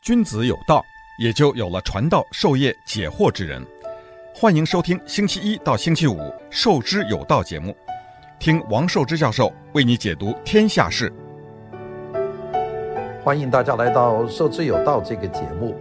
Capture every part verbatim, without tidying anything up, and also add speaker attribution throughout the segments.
Speaker 1: 君子有道，也就有了传道授业解惑之人。欢迎收听星期一到星期五《授之有道》节目，听王寿之教授为你解读天下事。
Speaker 2: 欢迎大家来到《授之有道》这个节目。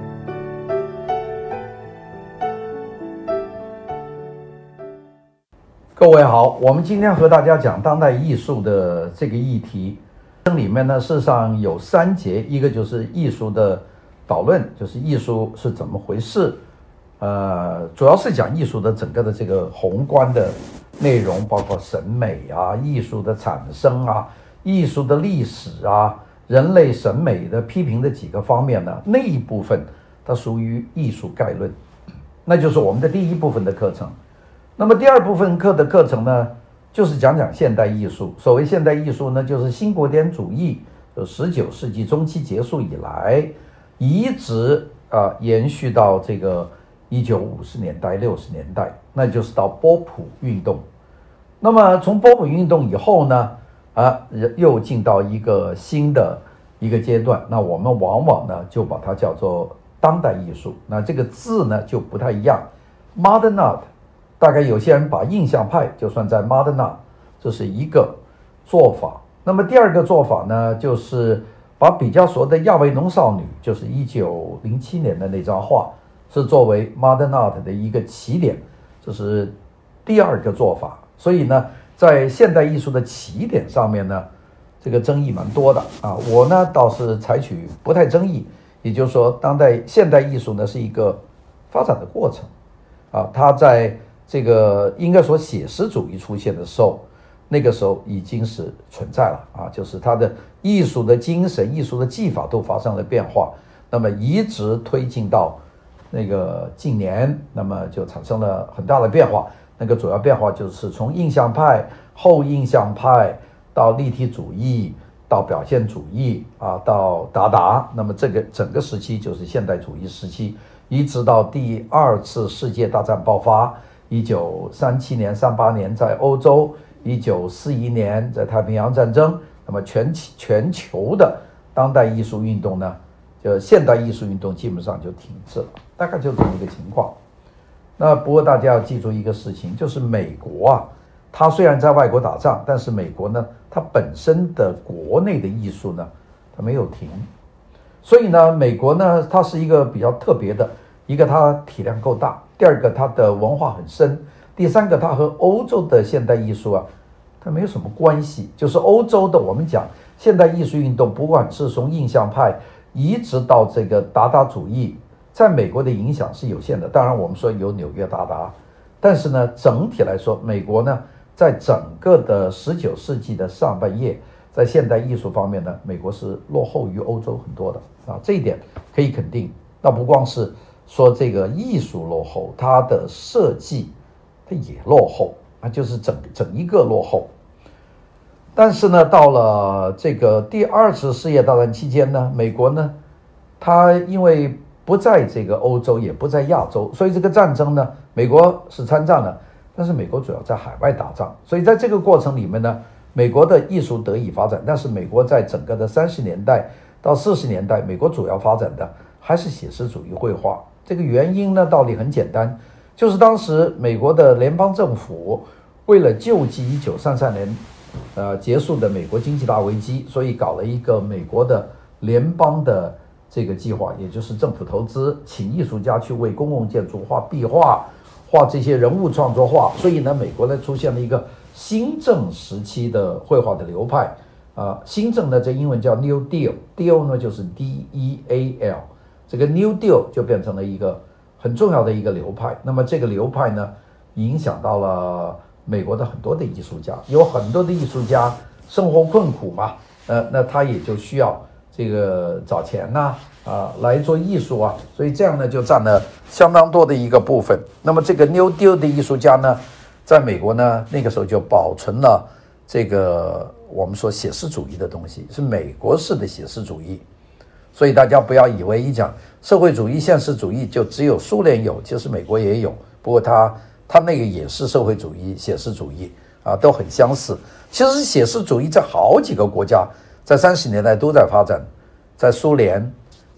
Speaker 2: 各位好，我们今天和大家讲当代艺术的这个议题。这里面呢，事实上有三节，一个就是艺术的导论，就是艺术是怎么回事，呃，主要是讲艺术的整个的这个宏观的内容，包括审美啊、艺术的产生啊、艺术的历史啊、人类审美的批评的几个方面呢，那一部分它属于艺术概论，那就是我们的第一部分的课程。那么第二部分课的课程呢，就是讲讲现代艺术。所谓现代艺术呢，就是新古典主义就十九世纪中期结束以来，一直啊、呃、延续到这个一九五十年代、六十年代，那就是到波普运动。那么从波普运动以后呢，啊又进到一个新的一个阶段。那我们往往呢就把它叫做当代艺术。那这个字呢就不太一样 ，Modern Art。大概有些人把印象派就算在 Modern Art， 这是一个做法。那么第二个做法呢，就是把毕加索的亚维农少女，就是一九零七年的那张画，是作为 Modern Art 的一个起点，这是第二个做法。所以呢，在现代艺术的起点上面呢，这个争议蛮多的啊。我呢倒是采取不太争议，也就是说，当代现代艺术呢是一个发展的过程啊，它在这个应该说写实主义出现的时候，那个时候已经是存在了啊，就是它的艺术的精神、艺术的技法都发生了变化，那么一直推进到那个近年，那么就产生了很大的变化。那个主要变化就是从印象派、后印象派到立体主义，到表现主义啊，到达达，那么这个整个时期就是现代主义时期，一直到第二次世界大战爆发。一九三七年、三八年在欧洲，一九四一年在太平洋战争，那么全全球的当代艺术运动呢，就现代艺术运动基本上就停滞了，大概就这么一个情况。那不过大家要记住一个事情，就是美国啊，它虽然在外国打仗，但是美国呢，它本身的国内的艺术呢，它没有停。所以呢，美国呢，它是一个比较特别的，一个它体量够大。第二个，它的文化很深；第三个，它和欧洲的现代艺术啊，它没有什么关系。就是欧洲的，我们讲现代艺术运动，不管是从印象派一直到这个达达主义，在美国的影响是有限的。当然，我们说有纽约达达，但是呢，整体来说，美国呢，在整个的十九世纪的上半叶，在现代艺术方面呢，美国是落后于欧洲很多的啊，这一点可以肯定。那不光是说这个艺术落后，它的设计它也落后啊，就是整整一个落后。但是呢，到了这个第二次世界大战期间呢，美国呢，它因为不在这个欧洲，也不在亚洲，所以这个战争呢，美国是参战了，但是美国主要在海外打仗，所以在这个过程里面呢，美国的艺术得以发展。但是美国在整个的三十年代到四十年代，美国主要发展的还是写实主义绘画。这个原因呢，道理很简单，就是当时美国的联邦政府为了救济一九三三年，呃结束的美国经济大危机，所以搞了一个美国的联邦的这个计划，也就是政府投资，请艺术家去为公共建筑画壁画，画这些人物创作画。所以呢，美国呢出现了一个新政时期的绘画的流派啊、呃，新政呢这英文叫 New Deal，Deal 呢就是 D E A L。这个 New Deal 就变成了一个很重要的一个流派。那么这个流派呢，影响到了美国的很多的艺术家，有很多的艺术家生活困苦嘛，呃，那他也就需要这个找钱呐、啊，啊，来做艺术啊，所以这样呢就占了相当多的一个部分。那么这个 New Deal 的艺术家呢，在美国呢，那个时候就保存了这个我们说写实主义的东西，是美国式的写实主义。所以大家不要以为一讲社会主义、现实主义就只有苏联有，其实美国也有，不过它它那个也是社会主义、写实主义啊，都很相似。其实写实主义在好几个国家在三十年代都在发展，在苏联、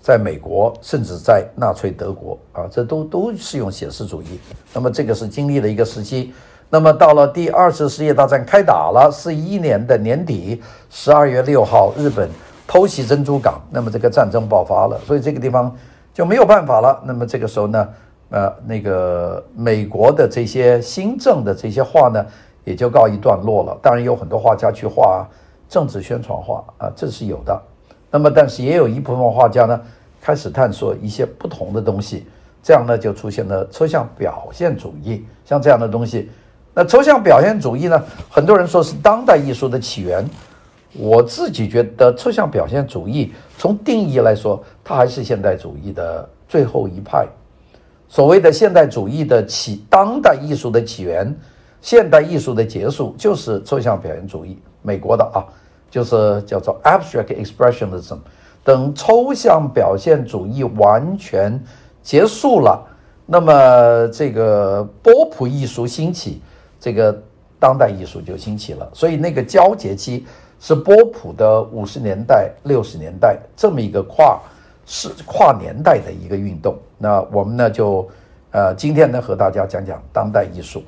Speaker 2: 在美国，甚至在纳粹德国啊，这都都是用写实主义。那么这个是经历了一个时期。那么到了第二次世界大战开打了，四一年的年底，十二月六号，日本偷袭珍珠港，那么这个战争爆发了，所以这个地方就没有办法了。那么这个时候呢，呃，那个美国的这些新政的这些画呢，也就告一段落了。当然有很多画家去画政治宣传画啊，这是有的。那么但是也有一部分画家呢，开始探索一些不同的东西，这样呢就出现了抽象表现主义，像这样的东西。那抽象表现主义呢，很多人说是当代艺术的起源，我自己觉得抽象表现主义从定义来说，它还是现代主义的最后一派。所谓的现代主义的起，当代艺术的起源，现代艺术的结束，就是抽象表现主义，美国的啊，就是叫做 abstract expressionism。等抽象表现主义完全结束了，那么这个波普艺术兴起，这个当代艺术就兴起了。所以那个交节期是波普的五十年代、六十年代这么一个跨是跨年代的一个运动。那我们呢就呃今天呢和大家讲讲当代艺术。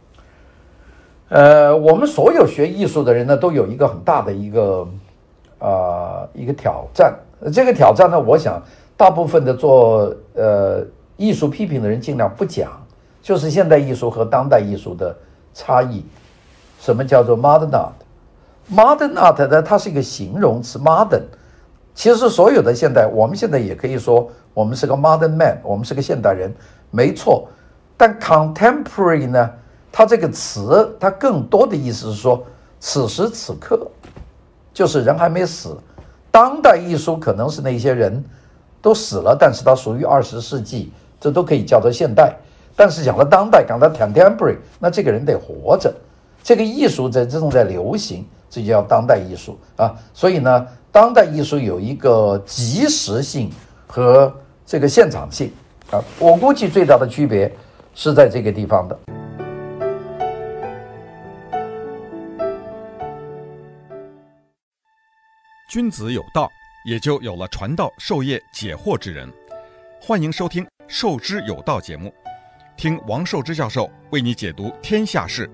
Speaker 2: 呃，我们所有学艺术的人呢都有一个很大的一个呃一个挑战。这个挑战呢，我想大部分的做呃艺术批评的人尽量不讲，就是现代艺术和当代艺术的差异。什么叫做 modern art？Modern art 呢，它是一个形容词 modern。其实所有的现代，我们现在也可以说我们是个 modern man， 我们是个现代人，没错。但 contemporary 呢，它这个词，它更多的意思是说此时此刻，就是人还没死。当代艺术可能是那些人都死了，但是它属于二十世纪，这都可以叫做现代。但是讲了当代，讲到 contemporary， 那这个人得活着，这个艺术在正在流行，这就叫当代艺术啊。所以呢，当代艺术有一个即时性和这个现场性啊。我估计最大的区别是在这个地方的。
Speaker 1: 君子有道，也就有了传道授业解惑之人。欢迎收听《授之有道》节目，听王寿之教授为你解读天下事。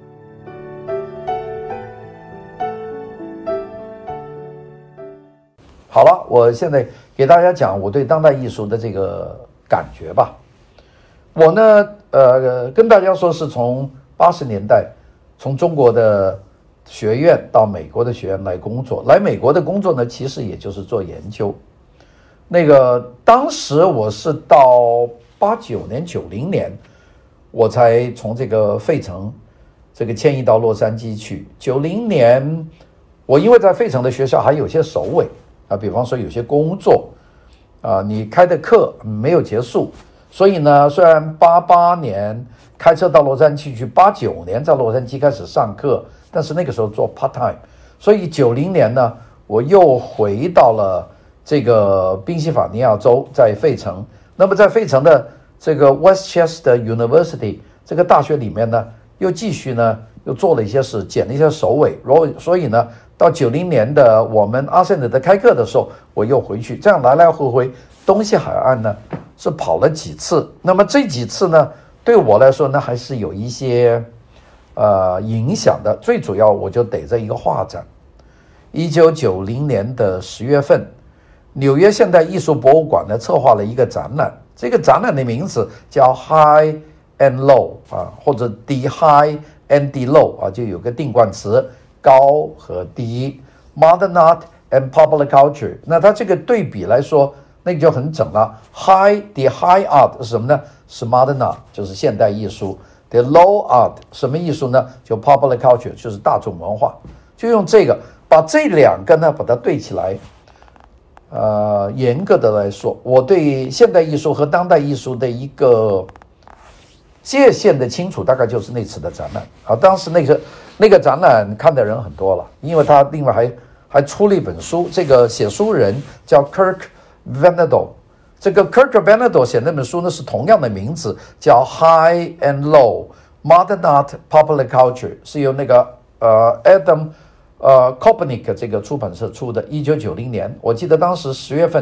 Speaker 2: 好了，我现在给大家讲我对当代艺术的这个感觉吧。我呢，呃，跟大家说是从八十年代从中国的学院到美国的学院来工作，来美国的工作呢，其实也就是做研究。那个当时我是到八九年、九零年，我才从这个费城这个迁移到洛杉矶去。九零年，我因为在费城的学校还有些首尾啊，比方说有些工作啊，你开的课没有结束，所以呢，虽然八八年开车到洛杉矶去，八九年在洛杉矶开始上课。但是那个时候做 part time， 所以九零年呢，我又回到了这个宾夕法尼亚州，在费城。那么在费城的这个 Westchester University 这个大学里面呢，又继续呢又做了一些事，剪了一些首尾。所以呢，到九零年的我们阿森德的开课的时候，我又回去，这样来来回回东西海岸呢是跑了几次。那么这几次呢，对我来说呢，还是有一些呃，影响的。最主要我就逮着一个画展。一九九零年的十月份，纽约现代艺术博物馆呢策划了一个展览，这个展览的名字叫 High and Low 啊，或者 The High and the Low 啊，就有个定冠词，高和低 ，Modern Art and Popular Culture。那它这个对比来说，那个就很整了。High the High Art 是什么呢？是 Modern Art， 就是现代艺术。The low art 什么艺术呢？就 popular culture， 就是大众文化。就用这个把这两个呢把它对起来。呃，严格的来说，我对现代艺术和当代艺术的一个界限的清楚，大概就是那次的展览啊。当时那个那个展览看的人很多了，因为他另外还还出了一本书，这个写书人叫 Kirk Venado。这个 Kirk Venado 写那本书呢是同样的名字，叫 High and Low Modern Art Popular Culture， 是由那个呃 Adam 呃 Kopnick 这个出版社出的，一九九零年。我记得当时十月份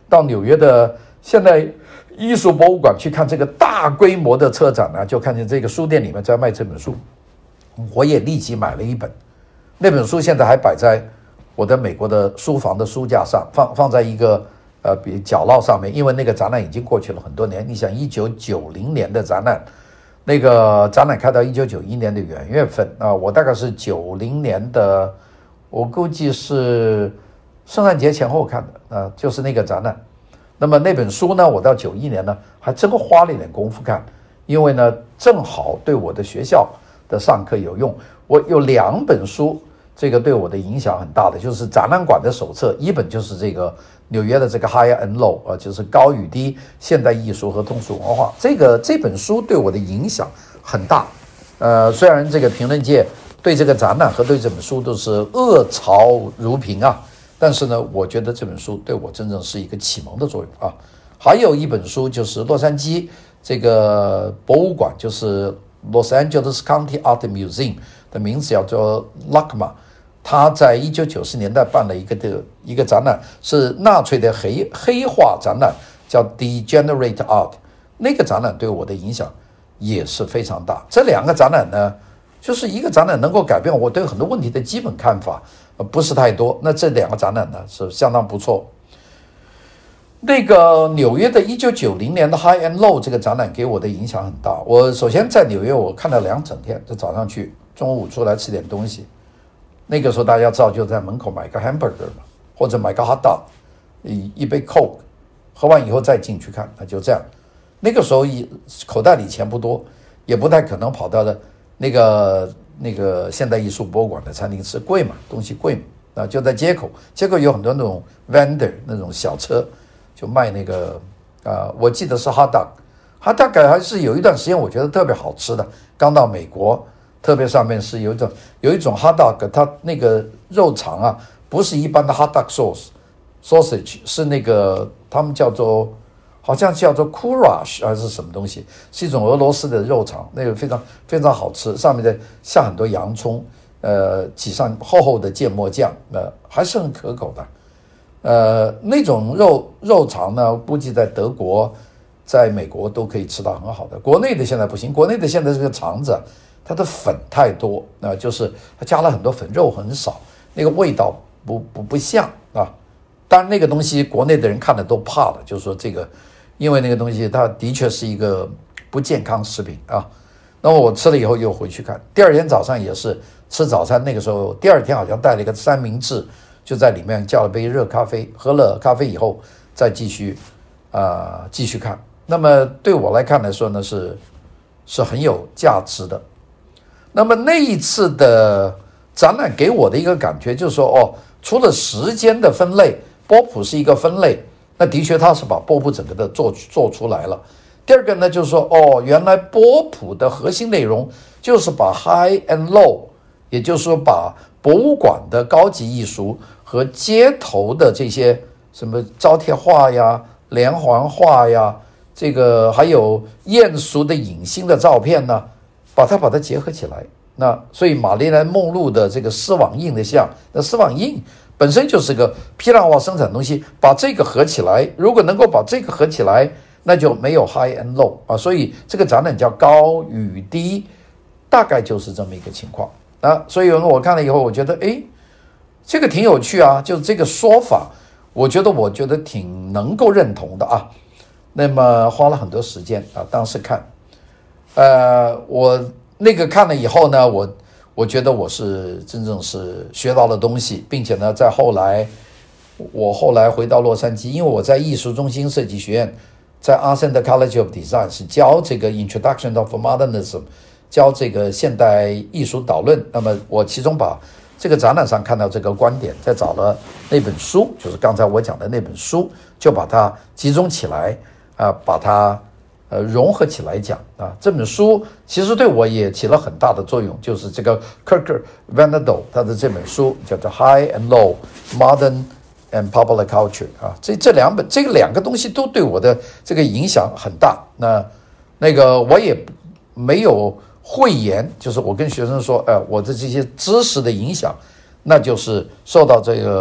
Speaker 2: 到纽约的现代艺术博物馆去看这个大规模的车展呢，就看见这个书店里面在卖这本书，我也立即买了一本。那本书现在还摆在我的美国的书房的书架上，放放在一个呃比角落上面，因为那个展览已经过去了很多年。你想，一九九零年的展览，那个展览开到一九九一年的元月份啊、呃，我大概是九零年的，我估计是圣诞节前后看的啊、呃，就是那个展览。那么那本书呢，我到九一年呢还真花了一点功夫看，因为呢正好对我的学校的上课有用。我有两本书，这个对我的影响很大的，就是展览馆的手册，一本就是这个纽约的这个 High and Low 啊，就是高与低现代艺术和通俗文化。这个这本书对我的影响很大。呃，虽然这个评论界对这个展览和对这本书都是恶潮如萍啊。但是呢，我觉得这本书对我真正是一个启蒙的作用啊。还有一本书就是洛杉矶这个博物馆，就是 Los Angeles County Art Museum 的名字叫做 L A C M A， 他在一九九十年代办了一个的一个展览，是纳粹的黑黑画展览，叫 Degenerate Art。那个展览对我的影响也是非常大。这两个展览呢，就是一个展览能够改变我对很多问题的基本看法。不是太多，那这两个展览呢是相当不错。那个纽约的一九九零年的 High and Low 这个展览给我的影响很大。我首先在纽约我看了两整天，就早上去，中午出来吃点东西。那个时候大家知道就在门口买个 hamburger 嘛，或者买个 hot dog， 一一杯 Coke， 喝完以后再进去看，那就这样。那个时候口袋里钱不多，也不太可能跑到了那个。那个现代艺术博物馆的餐厅吃，贵嘛，东西贵嘛，啊，就在街口，街口有很多那种 vendor 那种小车，就卖那个啊、呃，我记得是 hot dog，hot dog 还是有一段时间我觉得特别好吃的。刚到美国，特别上面是有一种有一种 hot dog， 它那个肉肠啊，不是一般的 hot dog sauce sausage， 是那个他们叫做。好像叫做 Kurash 还是什么东西，是一种俄罗斯的肉肠，那个非常非常好吃，上面再下很多洋葱，呃，挤上厚厚的芥末酱，呃，还是很可口的。呃，那种肉肉肠呢，估计在德国、在美国都可以吃到很好的。国内的现在不行，国内的现在这个肠子，它的粉太多，啊、呃，就是它加了很多粉，肉很少，那个味道不不不像啊。当然那个东西国内的人看了都怕了，就是说这个。因为那个东西它的确是一个不健康食品啊，那么我吃了以后又回去看，第二天早上也是吃早餐，那个时候第二天好像带了一个三明治，就在里面叫了杯热咖啡，喝了咖啡以后再继续啊、呃、继续看。那么对我来看来说呢是是很有价值的。那么那一次的展览给我的一个感觉就是说，哦，除了时间的分类，波普是一个分类。那的确，他是把波普整个的做做出来了。第二个呢，就是说，哦，原来波普的核心内容就是把 high and low， 也就是说，把博物馆的高级艺术和街头的这些什么招贴画呀、连环画呀，这个还有艳俗的影星的照片呢，把它把它结合起来。那所以玛丽莲梦露的这个丝网印的像，那丝网印。本身就是个批量化生产的东西，把这个合起来，如果能够把这个合起来，那就没有 high and low 啊，所以这个展览叫高与低，大概就是这么一个情况啊。所以我看了以后，我觉得诶，这个挺有趣啊，就是这个说法，我觉得我觉得挺能够认同的啊。那么花了很多时间啊，当时看，呃，我那个看了以后呢，我。我觉得我是真正是学到了东西，并且呢，在后来，我后来回到洛杉矶，因为我在艺术中心设计学院，在 Art Center College of Design 是教这个 Introduction of Modernism， 教这个现代艺术导论。那么我其中把这个展览上看到这个观点，再找了那本书，就是刚才我讲的那本书，就把它集中起来啊、呃，把它。呃，融合起来讲啊，这本书其实对我也起了很大的作用，就是这个 Kirk Van der Doel 他的这本书叫做 High and Low Modern and Popular Culture 啊，这这两本这个两个东西都对我的这个影响很大。那那个我也没有讳言，就是我跟学生说，呃，我的这些知识的影响，那就是受到这个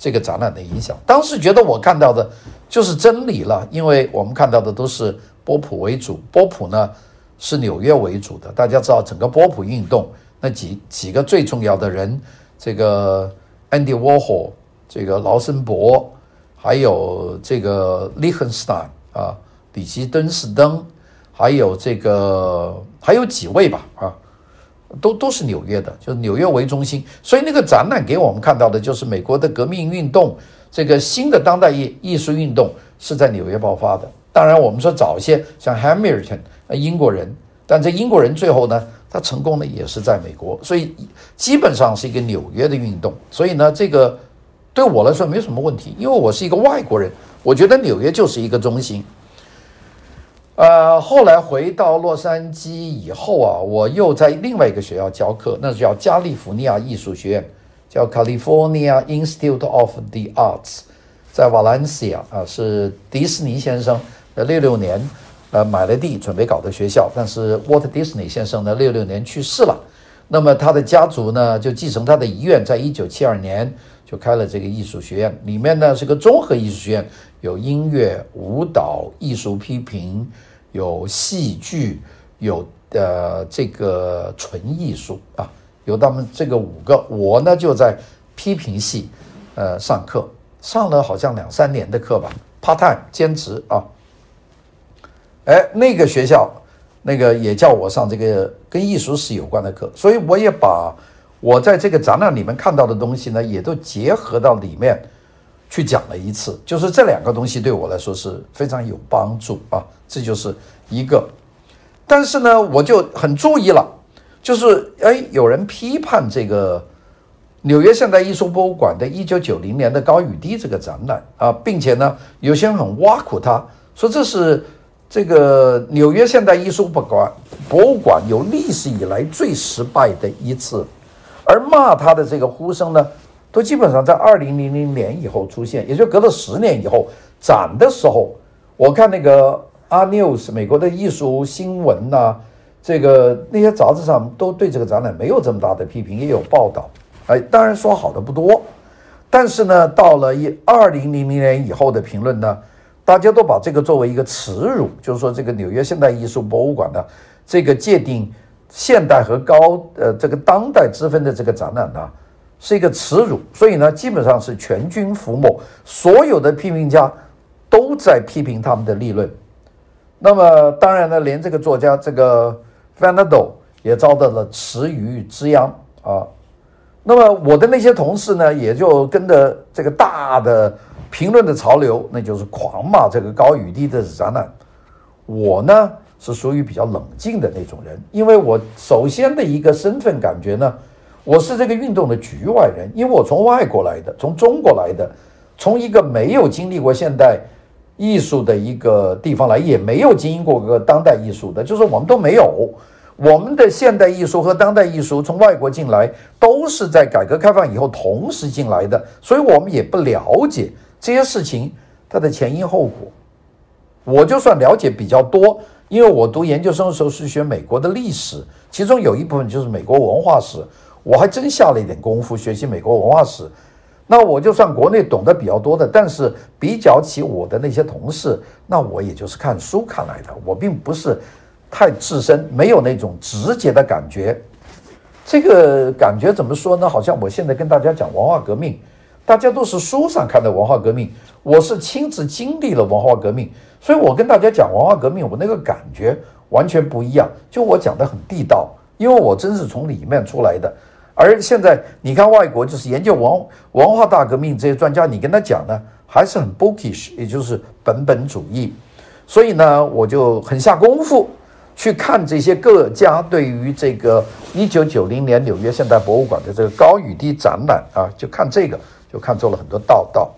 Speaker 2: 这个展览的影响。当时觉得我看到的就是真理了，因为我们看到的都是波普为主，波普呢是纽约为主的。大家知道整个波普运动那几几个最重要的人，这个 Andy Warhol， 这个劳森伯，还有这个 Lichtenstein 啊，里奇敦士登，还有这个还有几位吧啊。都都是纽约的，就是纽约为中心，所以那个展览给我们看到的就是美国的革命运动，这个新的当代艺艺术运动是在纽约爆发的。当然，我们说早一些像 Hamilton 英国人，但这英国人最后呢，他成功的也是在美国，所以基本上是一个纽约的运动。所以呢，这个对我来说没什么问题，因为我是一个外国人，我觉得纽约就是一个中心。呃，后来回到洛杉矶以后啊，我又在另外一个学校教课，那是叫加利福尼亚艺术学院，叫 California Institute of the Arts， 在瓦伦西亚啊，是迪士尼先生的六六年呃买了地准备搞的学校，但是 Walt Disney 先生呢六六年去世了，那么他的家族呢就继承他的遗愿，在一九七二年就开了这个艺术学院，里面呢是个综合艺术学院，有音乐、舞蹈、艺术批评，有戏剧，有呃这个纯艺术啊，有他们这个五个。我呢就在批评系呃上课，上了好像两三年的课吧 ，part time 兼职啊。哎，那个学校那个也叫我上这个跟艺术史有关的课，所以我也把我在这个展览里面看到的东西呢，也都结合到里面去讲了一次，就是这两个东西对我来说是非常有帮助啊，这就是一个。但是呢，我就很注意了，就是哎，有人批判这个纽约现代艺术博物馆的一九九零年的高与低这个展览啊，并且呢，有些人很挖苦他，说这是这个纽约现代艺术博物馆博物馆有历史以来最失败的一次，而骂他的这个呼声呢，都基本上在二零零零年以后出现，也就隔了十年以后展的时候，我看那个 R News 美国的艺术新闻呐、啊，这个那些杂志上都对这个展览没有这么大的批评，也有报道。哎，当然说好的不多，但是呢，到了二零零零年以后的评论呢，大家都把这个作为一个耻辱，就是说这个纽约现代艺术博物馆呢，这个界定现代和高呃这个当代之分的这个展览呢，是一个耻辱，所以呢，基本上是全军覆没，所有的批评家都在批评他们的立论。那么当然呢，连这个作家这个 Vanado 也遭到了池鱼之殃啊。那么我的那些同事呢，也就跟着这个大的评论的潮流，那就是狂骂这个高与低的展览。我呢是属于比较冷静的那种人，因为我首先的一个身份感觉呢，我是这个运动的局外人，因为我从外国来的，从中国来的，从一个没有经历过现代艺术的一个地方来，也没有经历过个当代艺术的，就是我们都没有。我们的现代艺术和当代艺术从外国进来，都是在改革开放以后同时进来的，所以我们也不了解这些事情它的前因后果。我就算了解比较多，因为我读研究生的时候是学美国的历史，其中有一部分就是美国文化史，我还真下了一点功夫学习美国文化史。那我就算国内懂得比较多的，但是比较起我的那些同事，那我也就是看书看来的，我并不是太自身，没有那种直接的感觉。这个感觉怎么说呢？好像我现在跟大家讲文化革命，大家都是书上看的文化革命，我是亲自经历了文化革命，所以我跟大家讲文化革命，我那个感觉完全不一样。就我讲的很地道，因为我真是从里面出来的。而现在你看外国就是研究文文化大革命这些专家，你跟他讲呢，还是很 bookish， 也就是本本主义。所以呢，我就很下功夫去看这些各家对于这个一九九零年纽约现代博物馆的这个高与低展览啊，就看这个，就看出了很多道道。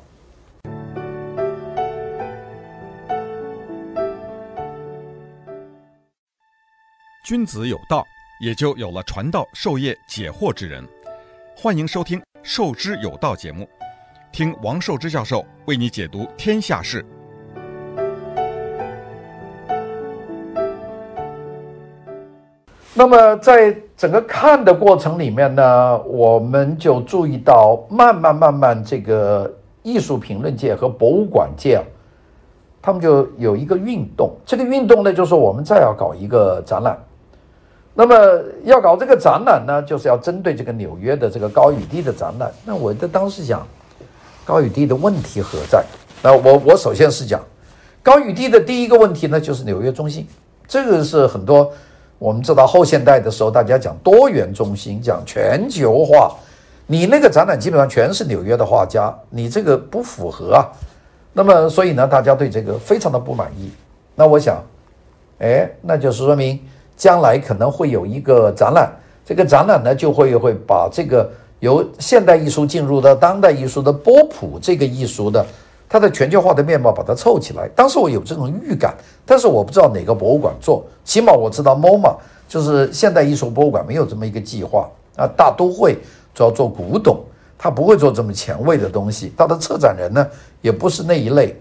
Speaker 1: 君子有道，也就有了传道授业解惑之人。欢迎收听《授之有道》节目，听王寿之教授为你解读天下事。
Speaker 2: 那么在整个看的过程里面呢，我们就注意到，慢慢慢慢，这个艺术评论界和博物馆界啊，他们就有一个运动。这个运动呢，就是我们再要搞一个展览。那么要搞这个展览呢，就是要针对这个纽约的这个高与低的展览。那我的当时想，高与低的问题何在？那我我首先是讲高与低的第一个问题呢，就是纽约中心。这个是很多我们知道后现代的时候，大家讲多元中心，讲全球化，你那个展览基本上全是纽约的画家，你这个不符合啊。那么所以呢，大家对这个非常的不满意。那我想，哎，那就是说明将来可能会有一个展览，这个展览呢就会会把这个由现代艺术进入到当代艺术的波普这个艺术的它的全球化的面貌把它凑起来。当时我有这种预感，但是我不知道哪个博物馆做，起码我知道 M O M A 就是现代艺术博物馆没有这么一个计划啊。大都会主要做古董，他不会做这么前卫的东西，他的策展人呢也不是那一类。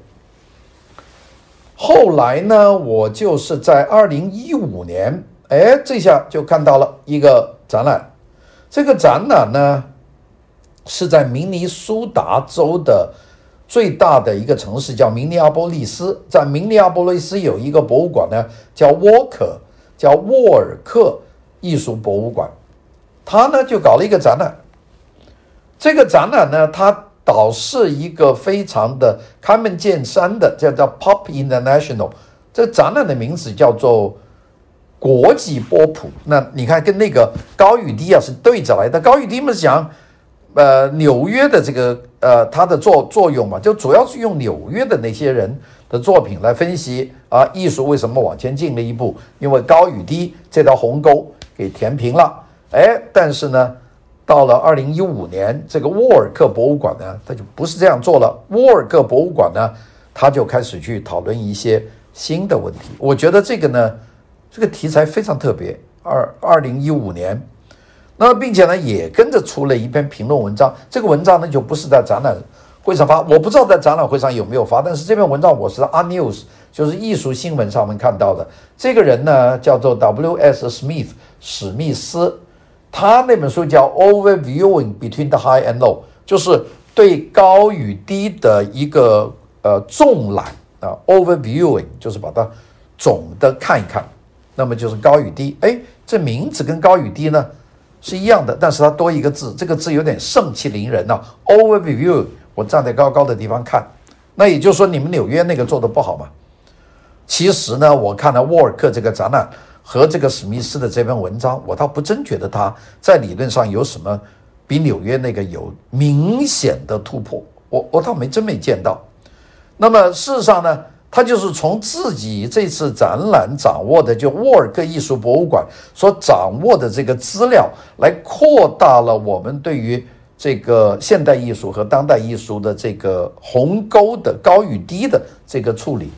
Speaker 2: 后来呢，我就是在二零一五年，哎，这下就看到了一个展览。这个展览呢是在明尼苏达州的最大的一个城市叫明尼阿波利斯，在明尼阿波利斯有一个博物馆呢，叫沃克，叫沃尔克艺术博物馆。他呢就搞了一个展览。这个展览呢，它导是一个非常的开门见山的，叫叫 Pop International。这个展览的名字叫做国际波普。那你看，跟那个高与低啊是对着来的。高与低嘛是讲呃，纽约的这个呃，它的作作用嘛，就主要是用纽约的那些人的作品来分析啊，艺术为什么往前进了一步？因为高与低这条鸿沟给填平了。哎，但是呢，到了二零一五年，这个沃尔克博物馆呢，它就不是这样做了。沃尔克博物馆呢，它就开始去讨论一些新的问题。我觉得这个呢，这个题材非常特别。二二零一五年。那么并且呢也跟着出了一篇评论文章，这个文章呢就不是在展览会上发，我不知道在展览会上有没有发，但是这篇文章我是在 R News 就是艺术新闻上面看到的。这个人呢叫做 W S Smith 史密斯，他那本书叫 Overviewing Between the High and Low， 就是对高与低的一个呃纵览啊 ，Overviewing 就是把它总的看一看，那么就是高与低。哎，这名字跟高与低呢是一样的，但是它多一个字，这个字有点盛气凌人啊。Overview， 我站在高高的地方看，那也就是说你们纽约那个做的不好嘛。其实呢，我看了沃尔克这个展览和这个史密斯的这篇文章，我倒不真觉得他在理论上有什么比纽约那个有明显的突破，我我倒没真没见到。那么事实上呢，他就是从自己这次展览掌握的，就沃尔克艺术博物馆所掌握的这个资料，来扩大了我们对于这个现代艺术和当代艺术的这个鸿沟的高与低的这个处理。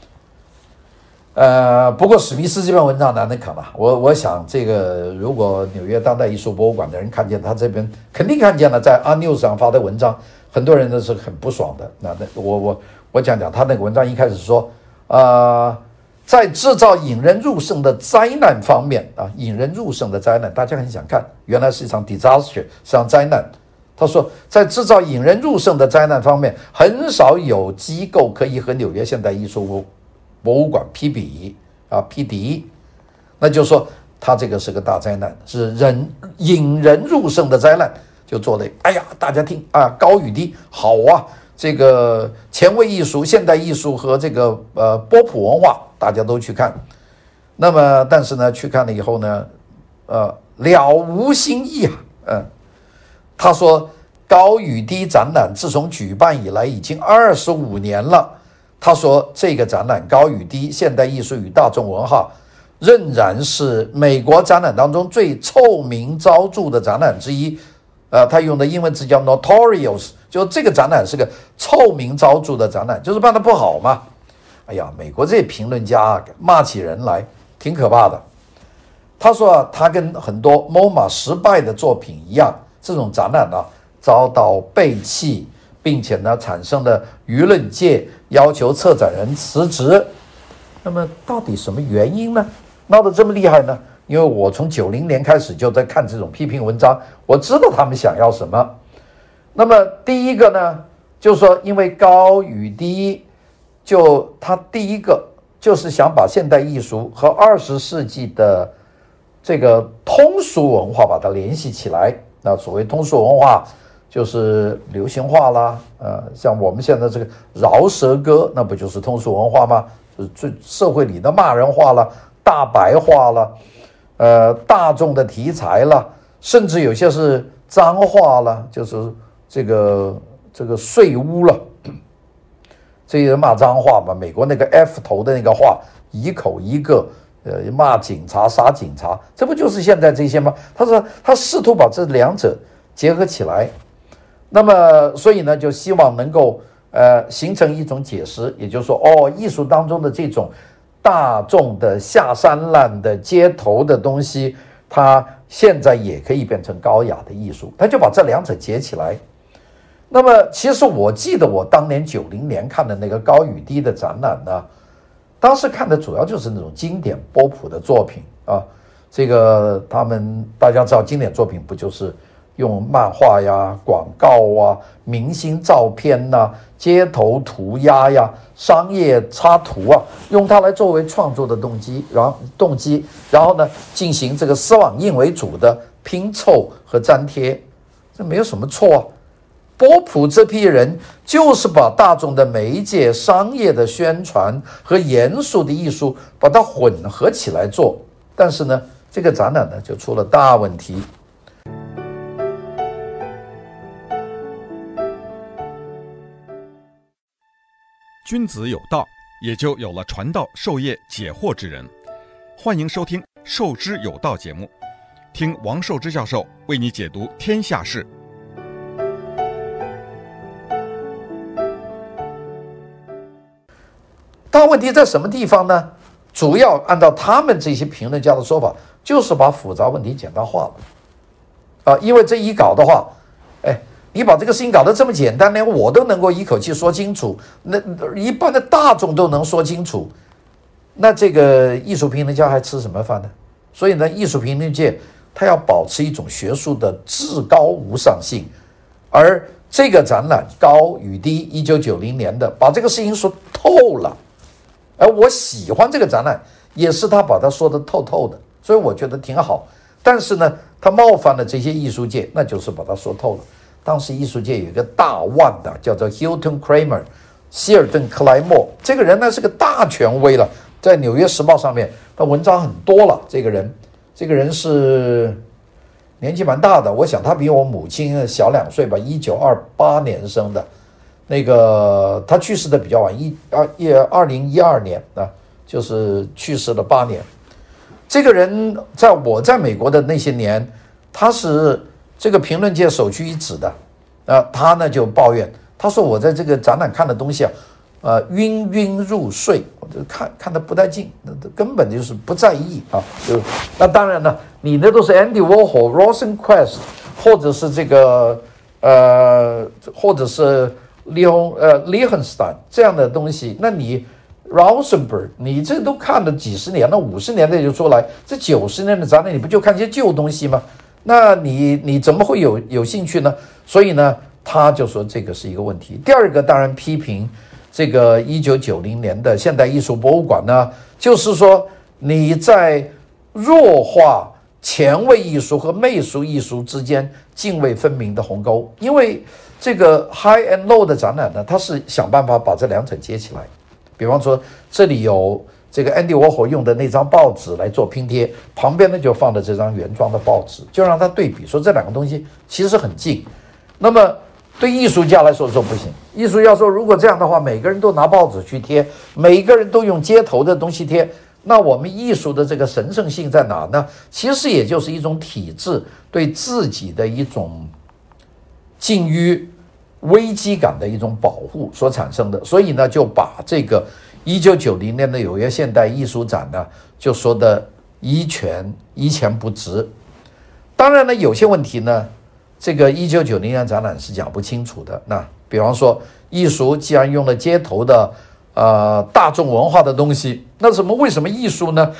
Speaker 2: 呃，不过史密斯这篇文章难得看了，我我想这个如果纽约当代艺术博物馆的人看见他这边，肯定看见了在 R News 上发的文章，很多人都是很不爽的。那我我。我讲讲他那个文章一开始说，呃，在制造引人入胜的灾难方面啊，引人入胜的灾难，大家很想看，原来是一场 disaster， 是一场灾难。他说，在制造引人入胜的灾难方面，很少有机构可以和纽约现代艺术博物馆匹比啊，匹敌。那就是说，他这个是个大灾难，是人引人入胜的灾难，就做了。哎呀，大家听啊，高与低，好啊。这个前卫艺术、现代艺术和这个呃波普文化，大家都去看。那么，但是呢，去看了以后呢，呃，了无新意啊。嗯，他说高与低展览自从举办以来已经二十五年了。他说这个展览高与低现代艺术与大众文化仍然是美国展览当中最臭名昭著的展览之一。呃，他用的英文字叫 notorious， 就这个展览是个臭名昭著的展览，就是办得不好嘛。哎呀，美国这些评论家骂起人来挺可怕的。他说啊，他跟很多 M O M A 失败的作品一样，这种展览呢、啊、遭到背弃，并且呢产生了舆论界要求策展人辞职。那么到底什么原因呢？闹得这么厉害呢？ 因为我从九零年开始就在看这种批评文章，我知道他们想要什么。那么第一个呢，就是说因为高与低，就他第一个就是想把现代艺术和二十世纪的这个通俗文化把它联系起来。那所谓通俗文化就是流行话啦，呃，像我们现在这个饶舌歌，那不就是通俗文化吗？就是最社会里的骂人话了，大白话了，呃，大众的题材了，甚至有些是脏话了，就是这个这个税污了，这些人骂脏话嘛，美国那个 F 头的那个话，一口一个。呃，骂警察、杀警察，这不就是现在这些吗？他说他试图把这两者结合起来，那么所以呢，就希望能够呃形成一种解释，也就是说，哦，艺术当中的这种大众的下三滥的街头的东西，它现在也可以变成高雅的艺术，他就把这两者结起来。那么，其实我记得我当年九零年看的那个高与低的展览呢。当时看的主要就是那种经典波普的作品啊，这个他们大家知道，经典作品不就是用漫画呀、广告啊、明星照片呐、啊、街头涂鸦呀、商业插图啊，用它来作为创作的动机，然后动机，然后呢进行这个丝网印为主的拼凑和粘贴，这没有什么错啊。波普这批人就是把大众的媒介、商业的宣传和严肃的艺术把它混合起来做，但是呢，这个展览呢就出了大问题。
Speaker 1: 君子有道，也就有了传道授业解惑之人。欢迎收听《授之有道》节目，听王寿之教授为你解读天下事。
Speaker 2: 大问题在什么地方呢？主要按照他们这些评论家的说法，就是把复杂问题简单化了啊！因为这一搞的话，哎，你把这个事情搞得这么简单，连我都能够一口气说清楚，那一般的大众都能说清楚，那这个艺术评论家还吃什么饭呢？所以呢，艺术评论界他要保持一种学术的至高无上性，而这个展览高与低，一九九零年的，把这个事情说透了。而我喜欢这个展览，也是他把它说得透透的，所以我觉得挺好。但是呢，他冒犯了这些艺术界，那就是把它说透了。当时艺术界有一个大腕的，叫做 Hilton Kramer， 希尔顿·克莱默，这个人呢是个大权威了，在《纽约时报》上面，他文章很多了。这个人，这个人是年纪蛮大的，我想他比我母亲小两岁吧，一九二八年生的。那个他去世的比较晚，一二一二零一二年啊，就是去世了八年。这个人在我在美国的那些年，他是这个评论界首屈一指的。啊，他呢就抱怨，他说我在这个展览看的东西啊，呃，晕晕入睡，我就看看得不带劲，根本就是不在意啊。就那当然了，你那都是 Andy Warhol、Rosenquist， 或者是这个呃，或者是。Leon 呃 Lichtenstein 这样的东西，那你 Rauschenberg 你这都看了几十年了，五十年代就出来，这九十年的展览你不就看些旧东西吗？那你你怎么会有有兴趣呢？所以呢，他就说这个是一个问题。第二个当然批评这个一九九零年的现代艺术博物馆呢，就是说你在弱化前卫艺术和媚俗艺术之间泾渭分明的鸿沟，因为这个 high and low 的展览呢，它是想办法把这两者接起来。比方说，这里有这个 Andy Warhol 用的那张报纸来做拼贴，旁边呢就放了这张原装的报纸，就让它对比，说这两个东西其实很近。那么对艺术家来说说不行，艺术家说如果这样的话，每个人都拿报纸去贴，每个人都用街头的东西贴，那我们艺术的这个神圣性在哪呢？其实也就是一种体制对自己的一种境遇危机感的一种保护所产生的，所以呢，就把这个一九九零年的纽约现代艺术展呢，就说的一权一钱不值。当然呢，有些问题呢，这个一九九零年展览是讲不清楚的。那比方说，艺术既然用了街头的呃大众文化的东西，那什么为什么艺术呢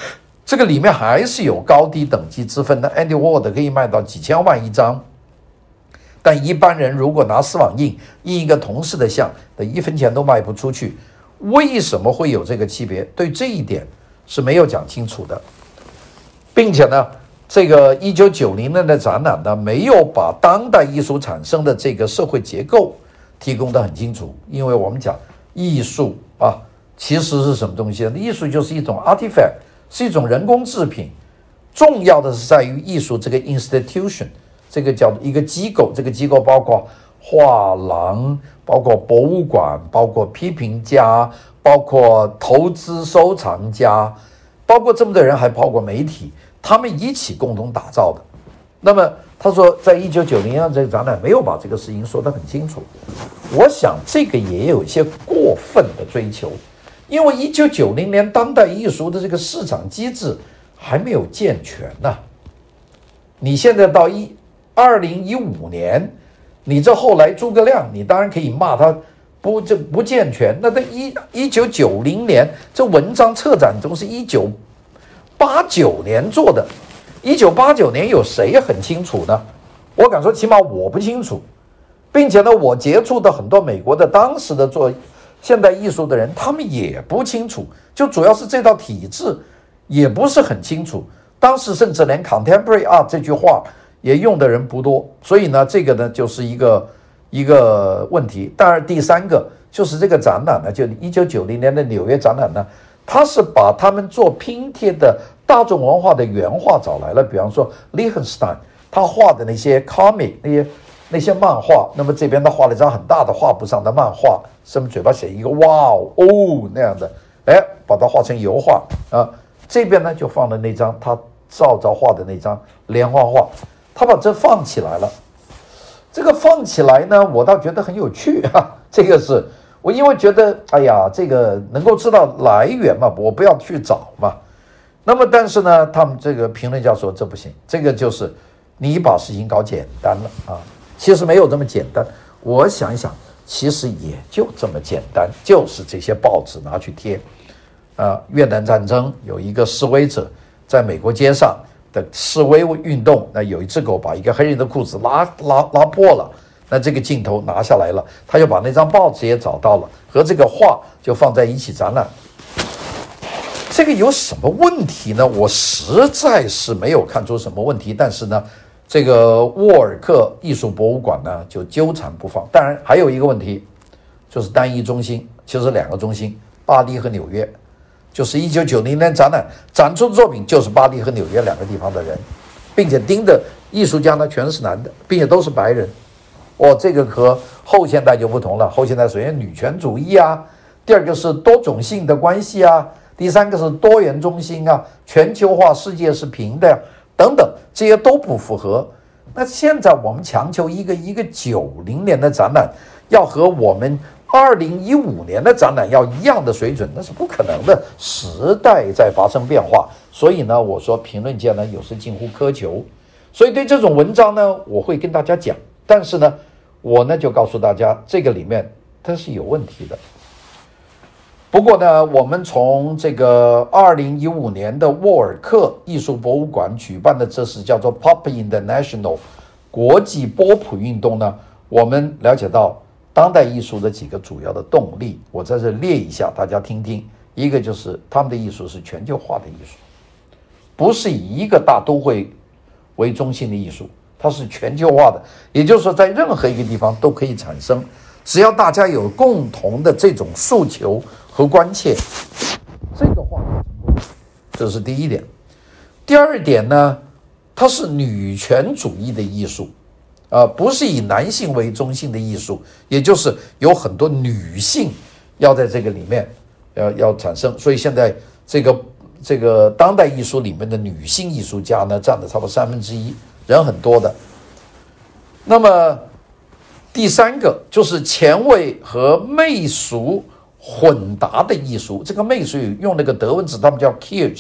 Speaker 2: 这个里面还是有高低等级之分的。Andy Warhol 可以卖到几千万一张，但一般人如果拿丝网印印一个同事的像，的一分钱都卖不出去。为什么会有这个区别？对这一点是没有讲清楚的，并且呢，这个一九九零年的展览呢，没有把当代艺术产生的这个社会结构提供得很清楚。因为我们讲艺术啊，其实是什么东西呢？艺术就是一种 artifact， 是一种人工制品。重要的是在于艺术这个 institution， 这个叫一个机构，这个机构包括画廊，包括博物馆，包括批评家，包括投资收藏家，包括这么多人，还包括媒体，他们一起共同打造的。那么他说，在一九九零年这个展览没有把这个事情说得很清楚。我想这个也有一些过分的追求，因为一九九零年当代艺术的这个市场机制还没有健全呢、啊。你现在到一二零一五年，你这后来诸葛亮，你当然可以骂他不这不健全。那在一一九九零年，这文章策展中是一九八九年做的，一九八九年有谁很清楚呢？我敢说，起码我不清楚，并且呢，我接触的很多美国的当时的做现代艺术的人，他们也不清楚，就主要是这套体制也不是很清楚。当时甚至连 contemporary art 这句话也用的人不多，所以呢，这个呢就是一个一个问题。当然，第三个就是这个展览呢，就一九九零年的纽约展览呢，它是把他们做拼贴的大众文化的原画找来了，比方说 Lichtenstein 他画的那些 comic 那些那些漫画，那么这边他画了一张很大的画布上的漫画，什么嘴巴写一个哇哦哦那样的，哎，把它画成油画啊。这边呢就放了那张他照着画的那张连环画，他把这放起来了。这个放起来呢，我倒觉得很有趣啊。这个是我因为觉得，哎呀，这个能够知道来源嘛，我不要去找嘛。那么，但是呢，他们这个评论家说这不行，这个就是你把事情搞简单了啊。其实没有这么简单。我想一想，其实也就这么简单，就是这些报纸拿去贴。啊，越南战争有一个示威者在美国街上的示威运动，那有一只狗把一个黑人的裤子拉拉拉破了，那这个镜头拿下来了，他就把那张报纸也找到了，和这个画就放在一起展览。这个有什么问题呢？我实在是没有看出什么问题，但是呢，这个沃尔克艺术博物馆呢就纠缠不放。当然还有一个问题，就是单一中心，其实两个中心，巴黎和纽约。就是一九九零年展览展出的作品就是巴黎和纽约两个地方的人，并且盯的艺术家呢全是男的，并且都是白人。哦，这个和后现代就不同了。后现代首先女权主义啊，第二个是多种性的关系啊，第三个是多元中心啊，全球化世界是平的呀，等等，这些都不符合。那现在我们强求一个一个九零年的展览要和我们二零一五年的展览要一样的水准，那是不可能的。时代在发生变化，所以呢，我说评论界呢有时近乎苛求，所以对这种文章呢，我会跟大家讲，但是呢，我呢就告诉大家，这个里面它是有问题的。不过呢，我们从这个二零一五年的沃尔克艺术博物馆举办的这是叫做 Pop International 国际波普运动呢，我们了解到当代艺术的几个主要的动力，我在这列一下，大家听听。一个就是他们的艺术是全球化的艺术，不是以一个大都会为中心的艺术，它是全球化的，也就是说在任何一个地方都可以产生，只要大家有共同的这种诉求和关切，这个化就成功。这是第一点。第二点呢，它是女权主义的艺术。呃，不是以男性为中心的艺术，也就是有很多女性要在这个里面要要产生，所以现在这个这个当代艺术里面的女性艺术家呢，占了差不多三分之一，人很多的。那么第三个就是前卫和媚俗混搭的艺术，这个媚俗用那个德文字，他们叫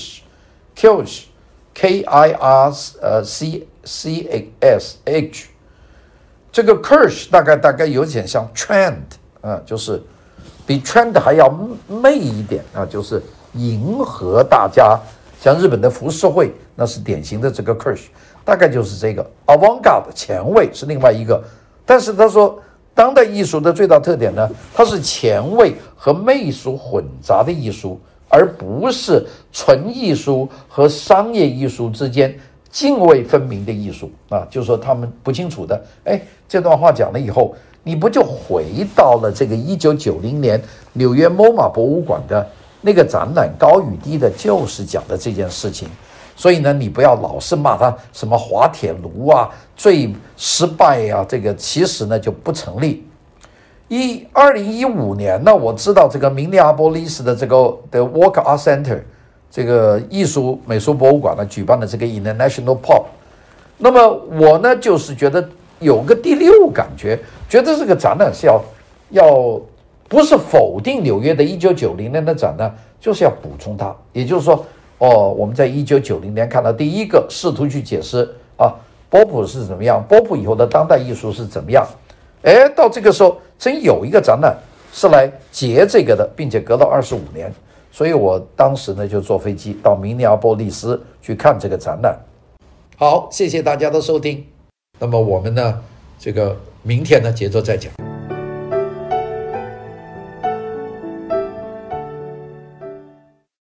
Speaker 2: Kirsch，Kirsch，K I R 呃 C C S H。这个 Kirsch 大概大概有点像 trend 啊，就是比 trend 还要媚一点啊，就是迎合大家像日本的浮世绘，那是典型的这个 Kirsch， 大概就是这个 avant-garde 前卫是另外一个。但是他说，当代艺术的最大特点呢，它是前卫和媚俗混杂的艺术，而不是纯艺术和商业艺术之间泾渭分明的艺术啊，就是说他们不清楚的。哎，这段话讲了以后，你不就回到了这个一九九零年纽约 M O M A 博物馆的那个展览高与低的，就是讲的这件事情。所以呢，你不要老是骂他什么滑铁卢啊、最失败啊，这个其实呢就不成立。一二零一五年呢，我知道这个明尼阿波利斯的这个的 Walker Art Center 这个艺术美术博物馆呢举办了这个 International Pop。那么我呢就是觉得有个第六感觉，觉得这个展览是要要不是否定纽约的一九九零年的展呢，就是要补充它。也就是说，哦，我们在一九九零年看到第一个试图去解释啊，波普是怎么样，波普以后的当代艺术是怎么样。哎，到这个时候真有一个展览是来结这个的，并且隔了二十五年，所以我当时呢就坐飞机到明尼阿波利斯去看这个展览。好，谢谢大家的收听。那么我们呢，这个明天呢接着再讲。